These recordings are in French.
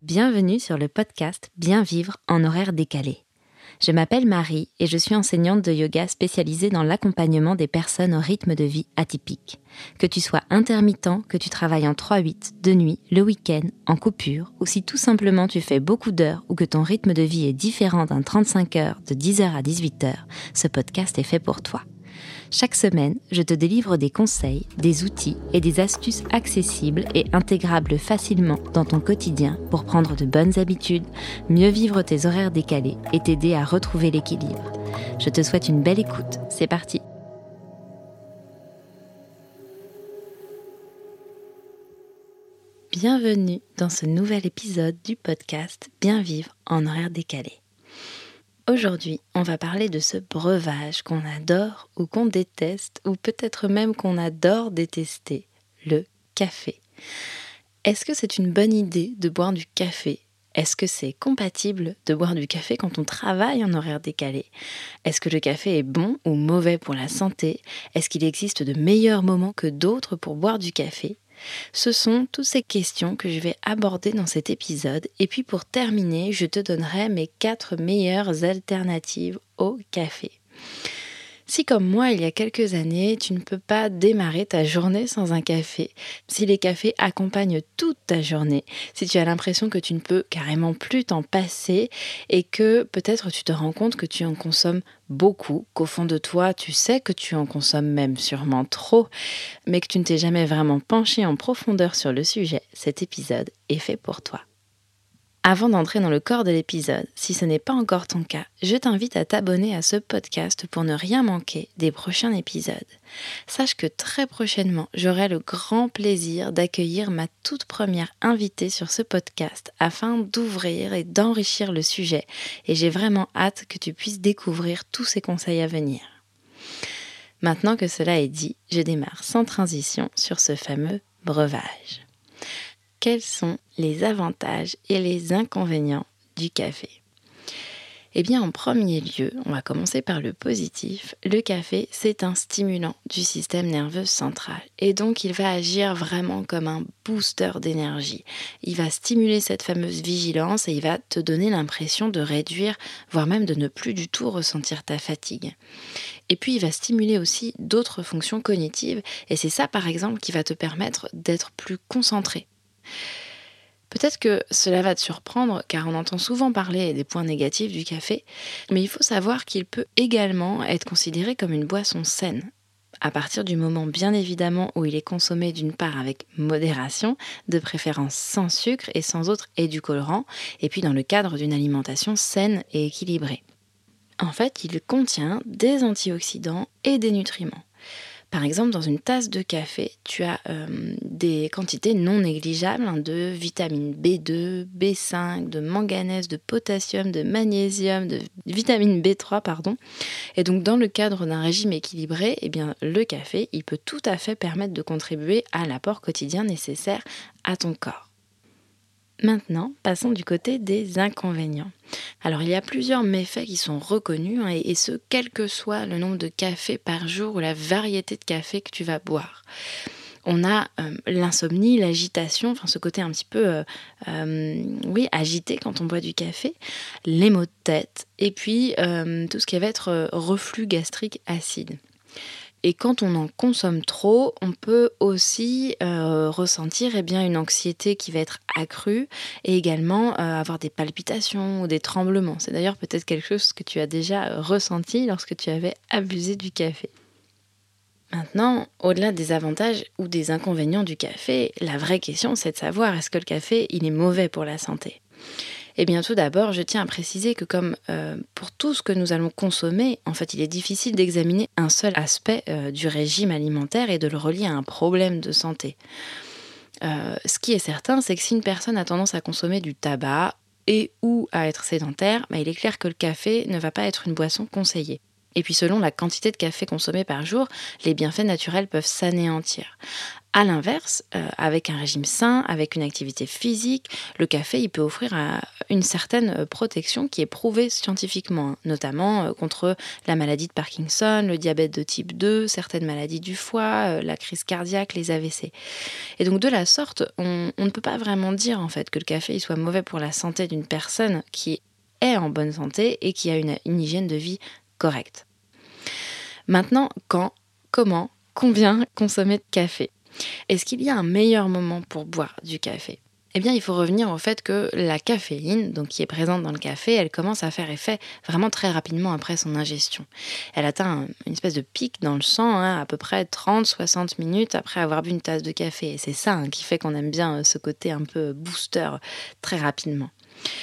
Bienvenue sur le podcast Bien vivre en horaire décalé. Je m'appelle Marie et je suis enseignante de yoga spécialisée dans l'accompagnement des personnes au rythme de vie atypique. Que tu sois intermittent, que tu travailles en 3-8, de nuit, le week-end, en coupure, ou si tout simplement tu fais beaucoup d'heures ou que ton rythme de vie est différent d'un 35 heures de 10h à 18h, ce podcast est fait pour toi. Chaque semaine, je te délivre des conseils, des outils et des astuces accessibles et intégrables facilement dans ton quotidien pour prendre de bonnes habitudes, mieux vivre tes horaires décalés et t'aider à retrouver l'équilibre. Je te souhaite une belle écoute, c'est parti! Bienvenue dans ce nouvel épisode du podcast Bien vivre en horaire décalé. Aujourd'hui, on va parler de ce breuvage qu'on adore ou qu'on déteste, ou peut-être même qu'on adore détester, le café. Est-ce que c'est une bonne idée de boire du café ? Est-ce que c'est compatible de boire du café quand on travaille en horaire décalé ? Est-ce que le café est bon ou mauvais pour la santé ? Est-ce qu'il existe de meilleurs moments que d'autres pour boire du café ? Ce sont toutes ces questions que je vais aborder dans cet épisode. Et puis pour terminer, je te donnerai mes 4 meilleures alternatives au café. Si comme moi, il y a quelques années, tu ne peux pas démarrer ta journée sans un café, si les cafés accompagnent toute ta journée, si tu as l'impression que tu ne peux carrément plus t'en passer et que peut-être tu te rends compte que tu en consommes beaucoup, qu'au fond de toi, tu sais que tu en consommes même sûrement trop, mais que tu ne t'es jamais vraiment penché en profondeur sur le sujet, cet épisode est fait pour toi. Avant d'entrer dans le corps de l'épisode, si ce n'est pas encore ton cas, je t'invite à t'abonner à ce podcast pour ne rien manquer des prochains épisodes. Sache que très prochainement, j'aurai le grand plaisir d'accueillir ma toute première invitée sur ce podcast afin d'ouvrir et d'enrichir le sujet. Et j'ai vraiment hâte que tu puisses découvrir tous ces conseils à venir. Maintenant que cela est dit, je démarre sans transition sur ce fameux breuvage. Quels sont les avantages et les inconvénients du café ? Eh bien, en premier lieu, on va commencer par le positif. Le café, c'est un stimulant du système nerveux central. Et donc, il va agir vraiment comme un booster d'énergie. Il va stimuler cette fameuse vigilance et il va te donner l'impression de réduire, voire même de ne plus du tout ressentir ta fatigue. Et puis, il va stimuler aussi d'autres fonctions cognitives. Et c'est ça, par exemple, qui va te permettre d'être plus concentré. Peut-être que cela va te surprendre car on entend souvent parler des points négatifs du café, mais il faut savoir qu'il peut également être considéré comme une boisson saine. À partir du moment bien évidemment où il est consommé d'une part avec modération, de préférence sans sucre et sans autres édulcorants, et puis dans le cadre d'une alimentation saine et équilibrée. En fait, il contient des antioxydants et des nutriments. Par exemple, dans une tasse de café, tu as des quantités non négligeables de vitamine B2, B5, de manganèse, de potassium, de magnésium, de vitamine B3, Et donc, dans le cadre d'un régime équilibré, eh bien, le café, il peut tout à fait permettre de contribuer à l'apport quotidien nécessaire à ton corps. Maintenant, passons du côté des inconvénients. Alors, il y a plusieurs méfaits qui sont reconnus, et ce, quel que soit le nombre de cafés par jour ou la variété de café que tu vas boire. On a l'insomnie, l'agitation, ce côté un petit peu agité quand on boit du café, les maux de tête, et puis tout ce qui va être reflux gastrique acide. Et quand on en consomme trop, on peut aussi ressentir une anxiété qui va être accrue et également avoir des palpitations ou des tremblements. C'est d'ailleurs peut-être quelque chose que tu as déjà ressenti lorsque tu avais abusé du café. Maintenant, au-delà des avantages ou des inconvénients du café, la vraie question c'est de savoir est-ce que le café il est mauvais pour la santé ? Eh bien tout d'abord, je tiens à préciser que comme pour tout ce que nous allons consommer, en fait il est difficile d'examiner un seul aspect du régime alimentaire et de le relier à un problème de santé. Ce qui est certain, c'est que si une personne a tendance à consommer du tabac et ou à être sédentaire, il est clair que le café ne va pas être une boisson conseillée. Et puis selon la quantité de café consommée par jour, les bienfaits naturels peuvent s'anéantir. À l'inverse, avec un régime sain, avec une activité physique, le café il peut offrir une certaine protection qui est prouvée scientifiquement, hein, notamment contre la maladie de Parkinson, le diabète de type 2, certaines maladies du foie, la crise cardiaque, les AVC. Et donc de la sorte, on ne peut pas vraiment dire en fait que le café il soit mauvais pour la santé d'une personne qui est en bonne santé et qui a une hygiène de vie correcte. Maintenant, quand, comment, combien consommer de café ? Est-ce qu'il y a un meilleur moment pour boire du café ? Eh bien, il faut revenir au fait que la caféine, donc qui est présente dans le café, elle commence à faire effet vraiment très rapidement après son ingestion. Elle atteint une espèce de pic dans le sang, hein, à peu près 30-60 minutes après avoir bu une tasse de café. Et c'est ça hein, qui fait qu'on aime bien ce côté un peu booster très rapidement.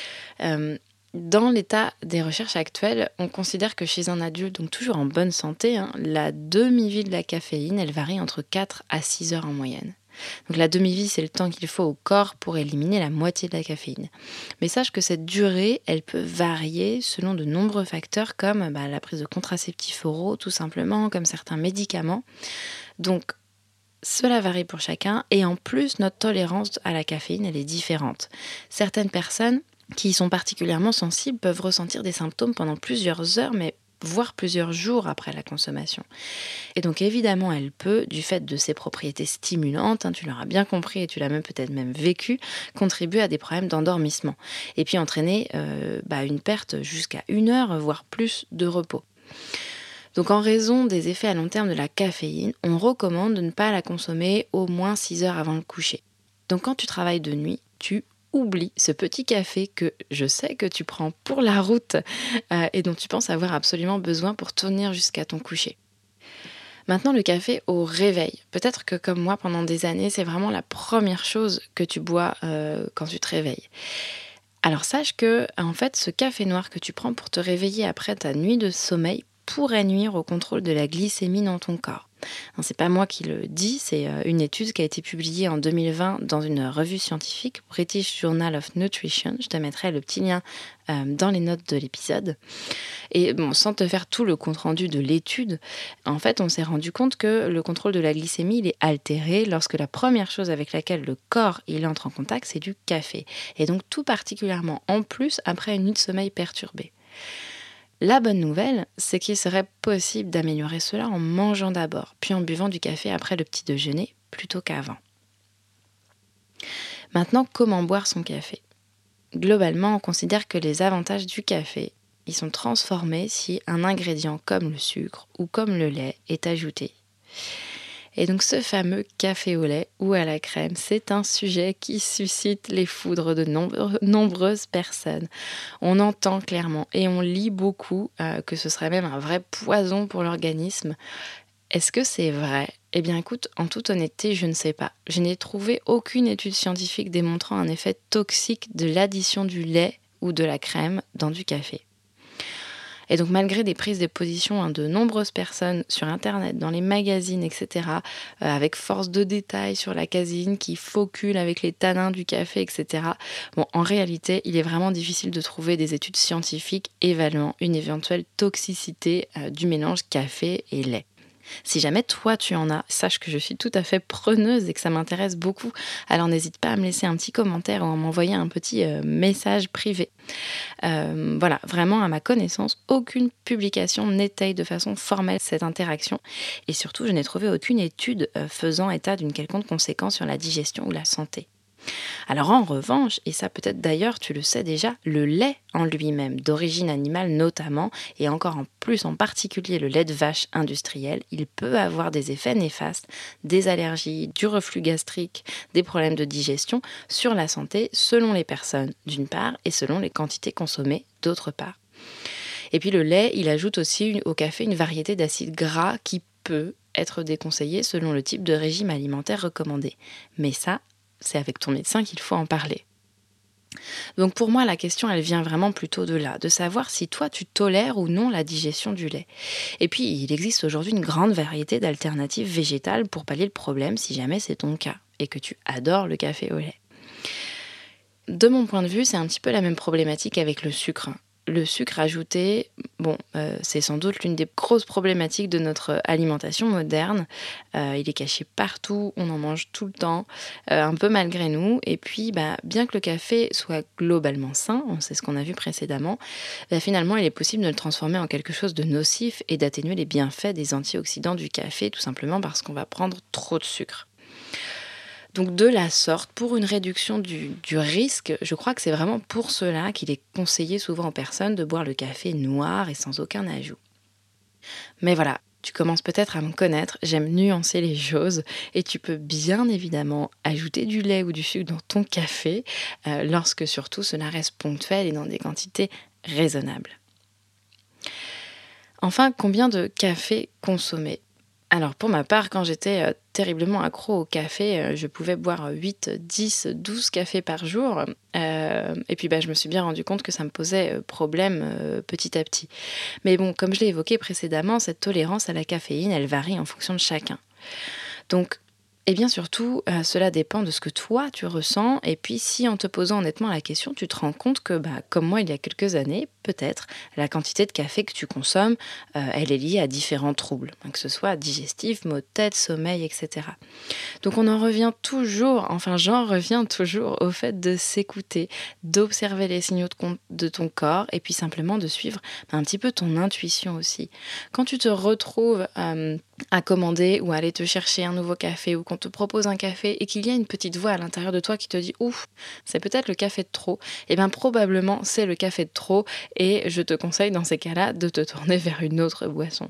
Dans l'état des recherches actuelles, on considère que chez un adulte, donc toujours en bonne santé, hein, la demi-vie de la caféine, elle varie entre 4 à 6 heures en moyenne. Donc la demi-vie, c'est le temps qu'il faut au corps pour éliminer la moitié de la caféine. Mais sache que cette durée, elle peut varier selon de nombreux facteurs comme la prise de contraceptifs oraux, tout simplement, comme certains médicaments. Donc cela varie pour chacun et en plus, notre tolérance à la caféine, elle est différente. Certaines personnes qui y sont particulièrement sensibles peuvent ressentir des symptômes pendant plusieurs heures, mais voire plusieurs jours après la consommation. Et donc évidemment, elle peut, du fait de ses propriétés stimulantes, hein, tu l'auras bien compris et tu l'as même peut-être même vécu, contribuer à des problèmes d'endormissement. Et puis entraîner une perte jusqu'à 1 heure, voire plus de repos. Donc en raison des effets à long terme de la caféine, on recommande de ne pas la consommer au moins 6 heures avant le coucher. Donc quand tu travailles de nuit, tu oublie ce petit café que je sais que tu prends pour la route et dont tu penses avoir absolument besoin pour tenir jusqu'à ton coucher. Maintenant, le café au réveil. Peut-être que comme moi, pendant des années, c'est vraiment la première chose que tu bois quand tu te réveilles. Alors sache que, en fait, ce café noir que tu prends pour te réveiller après ta nuit de sommeil pourrait nuire au contrôle de la glycémie dans ton corps. C'est pas moi qui le dis, c'est une étude qui a été publiée en 2020 dans une revue scientifique, British Journal of Nutrition. Je te mettrai le petit lien dans les notes de l'épisode. Et bon, sans te faire tout le compte-rendu de l'étude, en fait, on s'est rendu compte que le contrôle de la glycémie, il est altéré lorsque la première chose avec laquelle le corps il entre en contact, c'est du café. Et donc tout particulièrement en plus après une nuit de sommeil perturbée. La bonne nouvelle, c'est qu'il serait possible d'améliorer cela en mangeant d'abord, puis en buvant du café après le petit déjeuner, plutôt qu'avant. Maintenant, comment boire son café ? Globalement, on considère que les avantages du café, ils sont transformés si un ingrédient comme le sucre ou comme le lait est ajouté. Et donc ce fameux café au lait ou à la crème, c'est un sujet qui suscite les foudres de nombreuses personnes. On entend clairement et on lit beaucoup que ce serait même un vrai poison pour l'organisme. Est-ce que c'est vrai ? Eh bien écoute, en toute honnêteté, je ne sais pas. Je n'ai trouvé aucune étude scientifique démontrant un effet toxique de l'addition du lait ou de la crème dans du café. Et donc malgré des prises de position de nombreuses personnes sur Internet, dans les magazines, etc., avec force de détail sur la caséine qui focule avec les tanins du café, etc., en réalité, il est vraiment difficile de trouver des études scientifiques évaluant une éventuelle toxicité du mélange café et lait. Si jamais toi tu en as, sache que je suis tout à fait preneuse et que ça m'intéresse beaucoup. Alors n'hésite pas à me laisser un petit commentaire ou à m'envoyer un petit message privé. Voilà, vraiment à ma connaissance, aucune publication n'étaye de façon formelle cette interaction. Et surtout, je n'ai trouvé aucune étude faisant état d'une quelconque conséquence sur la digestion ou la santé. Alors en revanche, et ça peut-être d'ailleurs tu le sais déjà, le lait en lui-même, d'origine animale notamment, et encore en plus en particulier le lait de vache industriel, il peut avoir des effets néfastes, des allergies, du reflux gastrique, des problèmes de digestion sur la santé selon les personnes d'une part et selon les quantités consommées d'autre part. Et puis le lait, il ajoute aussi au café une variété d'acides gras qui peut être déconseillé selon le type de régime alimentaire recommandé. Mais ça, c'est avec ton médecin qu'il faut en parler. Donc pour moi, la question, elle vient vraiment plutôt de là, de savoir si toi, tu tolères ou non la digestion du lait. Et puis, il existe aujourd'hui une grande variété d'alternatives végétales pour pallier le problème si jamais c'est ton cas et que tu adores le café au lait. De mon point de vue, c'est un petit peu la même problématique avec le sucre. le sucre ajouté, c'est sans doute l'une des grosses problématiques de notre alimentation moderne. Il est caché partout, on en mange tout le temps, un peu malgré nous. Et puis, bien que le café soit globalement sain, c'est ce qu'on a vu précédemment, finalement, il est possible de le transformer en quelque chose de nocif et d'atténuer les bienfaits des antioxydants du café, tout simplement parce qu'on va prendre trop de sucre. Donc de la sorte, pour une réduction du risque, je crois que c'est vraiment pour cela qu'il est conseillé souvent aux personnes de boire le café noir et sans aucun ajout. Mais voilà, tu commences peut-être à me connaître, j'aime nuancer les choses et tu peux bien évidemment ajouter du lait ou du sucre dans ton café, lorsque surtout cela reste ponctuel et dans des quantités raisonnables. Enfin, combien de café consommer ? Alors pour ma part, quand j'étais terriblement accro au café, je pouvais boire 8, 10, 12 cafés par jour. Et puis je me suis bien rendu compte que ça me posait problème petit à petit. Mais bon, comme je l'ai évoqué précédemment, cette tolérance à la caféine, elle varie en fonction de chacun. Donc, et bien surtout, cela dépend de ce que toi tu ressens. Et puis si en te posant honnêtement la question, tu te rends compte que, comme moi il y a quelques années, peut-être, la quantité de café que tu consommes, elle est liée à différents troubles, que ce soit digestif, maux de tête, sommeil, etc. Donc j'en reviens toujours au fait de s'écouter, d'observer les signaux de ton corps et puis simplement de suivre un petit peu ton intuition aussi. Quand tu te retrouves à commander ou à aller te chercher un nouveau café ou qu'on te propose un café et qu'il y a une petite voix à l'intérieur de toi qui te dit « Ouf, c'est peut-être le café de trop », et bien probablement c'est le café de trop et je te conseille dans ces cas-là de te tourner vers une autre boisson.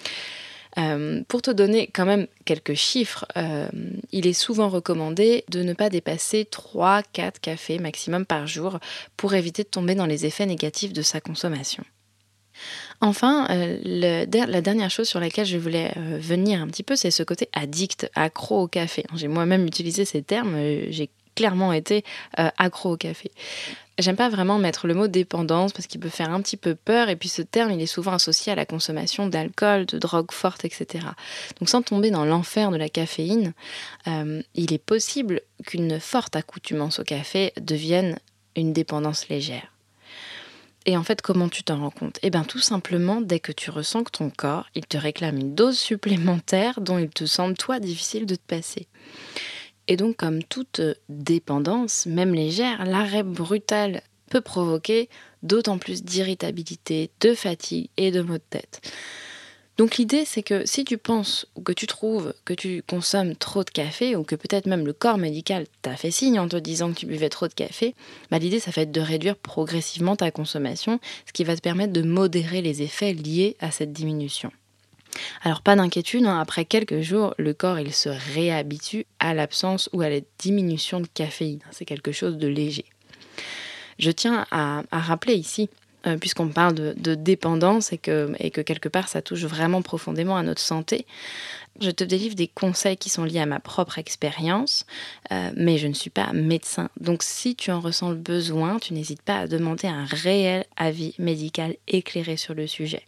Pour te donner quand même quelques chiffres, il est souvent recommandé de ne pas dépasser 3-4 cafés maximum par jour pour éviter de tomber dans les effets négatifs de sa consommation. Enfin, la dernière chose sur laquelle je voulais venir un petit peu, c'est ce côté addict, accro au café. J'ai moi-même utilisé ces termes, j'ai clairement été accro au café. J'aime pas vraiment mettre le mot dépendance parce qu'il peut faire un petit peu peur et puis ce terme il est souvent associé à la consommation d'alcool, de drogues fortes, etc. Donc sans tomber dans l'enfer de la caféine, il est possible qu'une forte accoutumance au café devienne une dépendance légère. Et en fait, comment tu t'en rends compte ? Tout simplement, dès que tu ressens que ton corps, il te réclame une dose supplémentaire dont il te semble, toi, difficile de te passer. Et donc, comme toute dépendance, même légère, l'arrêt brutal peut provoquer d'autant plus d'irritabilité, de fatigue et de maux de tête. Donc l'idée, c'est que si tu penses ou que tu trouves que tu consommes trop de café ou que peut-être même le corps médical t'a fait signe en te disant que tu buvais trop de café, l'idée, ça va être de réduire progressivement ta consommation, ce qui va te permettre de modérer les effets liés à cette diminution. Alors pas d'inquiétude, après quelques jours, le corps il se réhabitue à l'absence ou à la diminution de caféine. C'est quelque chose de léger. Je tiens à rappeler ici, puisqu'on parle de dépendance et que quelque part ça touche vraiment profondément à notre santé, je te délivre des conseils qui sont liés à ma propre expérience, mais je ne suis pas médecin. Donc si tu en ressens le besoin, tu n'hésites pas à demander un réel avis médical éclairé sur le sujet.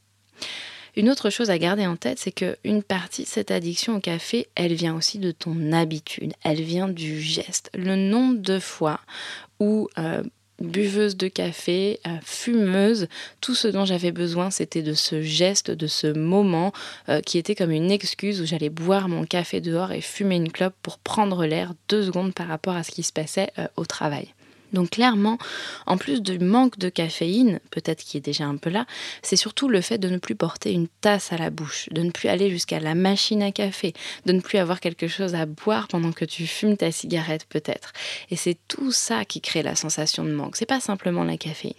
Une autre chose à garder en tête, c'est qu'une partie de cette addiction au café, elle vient aussi de ton habitude, elle vient du geste. Le nombre de fois où buveuse de café, fumeuse, tout ce dont j'avais besoin, c'était de ce geste, de ce moment qui était comme une excuse où j'allais boire mon café dehors et fumer une clope pour prendre l'air 2 secondes par rapport à ce qui se passait au travail. Donc clairement, en plus du manque de caféine, peut-être qui est déjà un peu là, c'est surtout le fait de ne plus porter une tasse à la bouche, de ne plus aller jusqu'à la machine à café, de ne plus avoir quelque chose à boire pendant que tu fumes ta cigarette peut-être. Et c'est tout ça qui crée la sensation de manque, c'est pas simplement la caféine.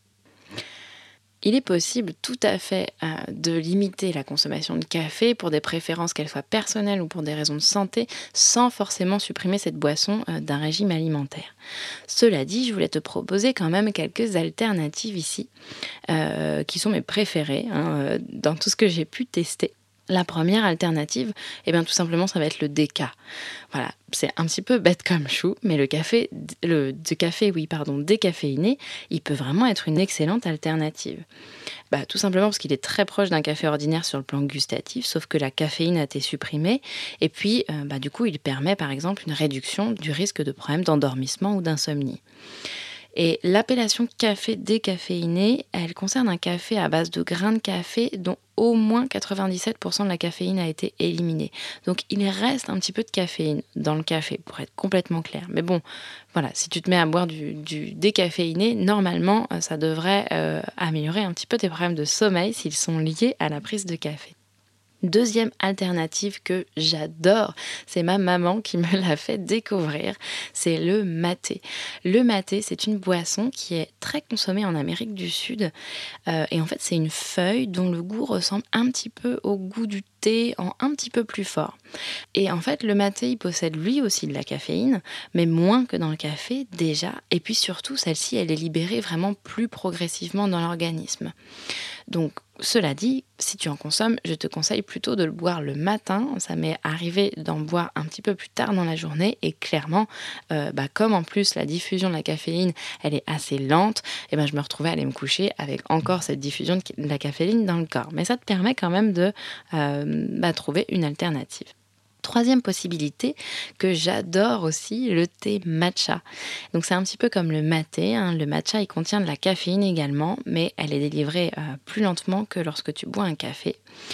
Il est possible tout à fait de limiter la consommation de café pour des préférences qu'elles soient personnelles ou pour des raisons de santé sans forcément supprimer cette boisson d'un régime alimentaire. Cela dit, je voulais te proposer quand même quelques alternatives ici qui sont mes préférées dans tout ce que j'ai pu tester. La première alternative, tout simplement, ça va être le déca. Voilà, c'est un petit peu bête comme chou, mais le café décaféiné, il peut vraiment être une excellente alternative. Tout simplement parce qu'il est très proche d'un café ordinaire sur le plan gustatif, sauf que la caféine a été supprimée. Et puis, du coup, il permet par exemple une réduction du risque de problèmes d'endormissement ou d'insomnie. Et l'appellation café décaféiné, elle concerne un café à base de grains de café dont au moins 97% de la caféine a été éliminée. Donc il reste un petit peu de caféine dans le café, pour être complètement clair. Mais bon, voilà, si tu te mets à boire du décaféiné, normalement, ça devrait améliorer un petit peu tes problèmes de sommeil s'ils sont liés à la prise de café. Deuxième alternative que j'adore, c'est ma maman qui me l'a fait découvrir, c'est le maté. Le maté, c'est une boisson qui est très consommée en Amérique du Sud et en fait c'est une feuille dont le goût ressemble un petit peu au goût du thé en un petit peu plus fort. Et en fait le maté il possède lui aussi de la caféine, mais moins que dans le café déjà, et puis surtout celle-ci elle est libérée vraiment plus progressivement dans l'organisme. Donc, cela dit, si tu en consommes, je te conseille plutôt de le boire le matin. Ça m'est arrivé d'en boire un petit peu plus tard dans la journée et clairement, comme en plus la diffusion de la caféine, elle est assez lente, et je me retrouvais à aller me coucher avec encore cette diffusion de la caféine dans le corps. Mais ça te permet quand même de trouver une alternative. Troisième possibilité que j'adore aussi, le thé matcha. Donc c'est un petit peu comme le maté, hein. Le matcha il contient de la caféine également, mais elle est délivrée plus lentement que lorsque tu bois un café.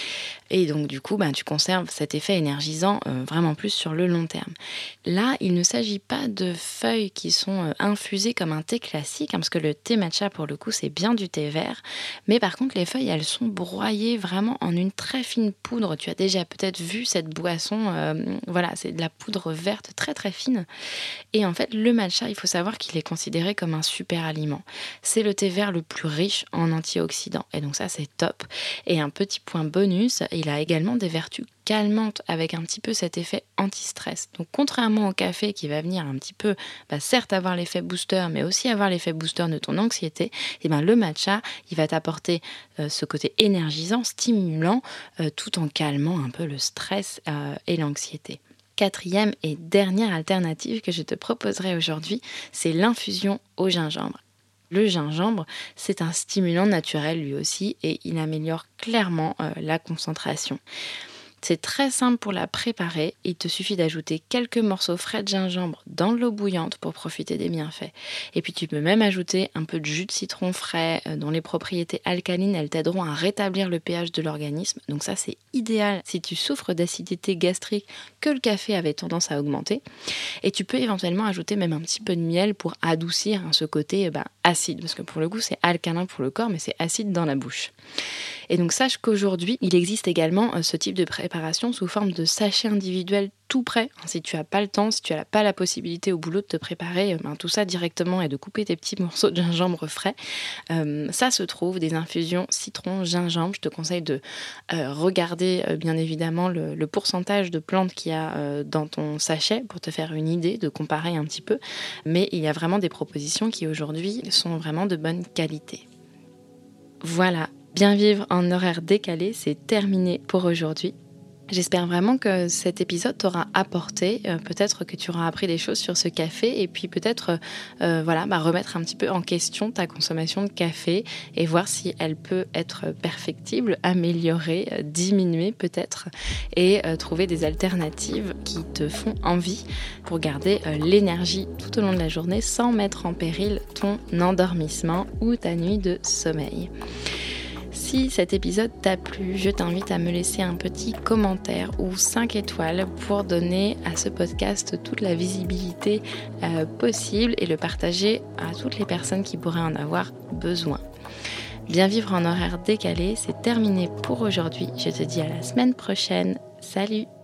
Et donc du coup, tu conserves cet effet énergisant vraiment plus sur le long terme. Là, il ne s'agit pas de feuilles qui sont infusées comme un thé classique, hein, parce que le thé matcha, pour le coup, c'est bien du thé vert. Mais par contre, les feuilles, elles sont broyées vraiment en une très fine poudre. Tu as déjà peut-être vu cette boisson, c'est de la poudre verte très très fine. Et en fait, le matcha, il faut savoir qu'il est considéré comme un super aliment. C'est le thé vert le plus riche en antioxydants. Et donc ça, c'est top. Et un petit point bonus, il a également des vertus calmantes avec un petit peu cet effet anti-stress. Donc contrairement au café qui va venir un petit peu, certes avoir l'effet booster, mais aussi avoir l'effet booster de ton anxiété, le matcha, il va t'apporter ce côté énergisant, stimulant, tout en calmant un peu le stress et l'anxiété. Quatrième et dernière alternative que je te proposerai aujourd'hui, c'est l'infusion au gingembre. Le gingembre, c'est un stimulant naturel lui aussi et il améliore clairement la concentration. C'est très simple pour la préparer. Il te suffit d'ajouter quelques morceaux frais de gingembre dans de l'eau bouillante pour profiter des bienfaits. Et puis tu peux même ajouter un peu de jus de citron frais dont les propriétés alcalines, elles t'aideront à rétablir le pH de l'organisme. Donc ça, c'est idéal si tu souffres d'acidité gastrique que le café avait tendance à augmenter. Et tu peux éventuellement ajouter même un petit peu de miel pour adoucir ce côté acide. Parce que pour le coup, c'est alcalin pour le corps, mais c'est acide dans la bouche. Et donc sache qu'aujourd'hui, il existe également ce type de préparation sous forme de sachets individuels tout prêts. Si tu n'as pas le temps, si tu n'as pas la possibilité au boulot de te préparer tout ça directement et de couper tes petits morceaux de gingembre frais, ça se trouve, des infusions citron, gingembre. Je te conseille de regarder bien évidemment le pourcentage de plantes qu'il y a dans ton sachet pour te faire une idée, de comparer un petit peu. Mais il y a vraiment des propositions qui aujourd'hui sont vraiment de bonne qualité. Voilà. Bien vivre en horaire décalé, c'est terminé pour aujourd'hui. J'espère vraiment que cet épisode t'aura apporté, peut-être que tu auras appris des choses sur ce café et puis peut-être remettre un petit peu en question ta consommation de café et voir si elle peut être perfectible, améliorée, diminuée peut-être et trouver des alternatives qui te font envie pour garder l'énergie tout au long de la journée sans mettre en péril ton endormissement ou ta nuit de sommeil. Si cet épisode t'a plu, je t'invite à me laisser un petit commentaire ou 5 étoiles pour donner à ce podcast toute la visibilité possible et le partager à toutes les personnes qui pourraient en avoir besoin. Bien vivre en horaire décalé, c'est terminé pour aujourd'hui. Je te dis à la semaine prochaine. Salut!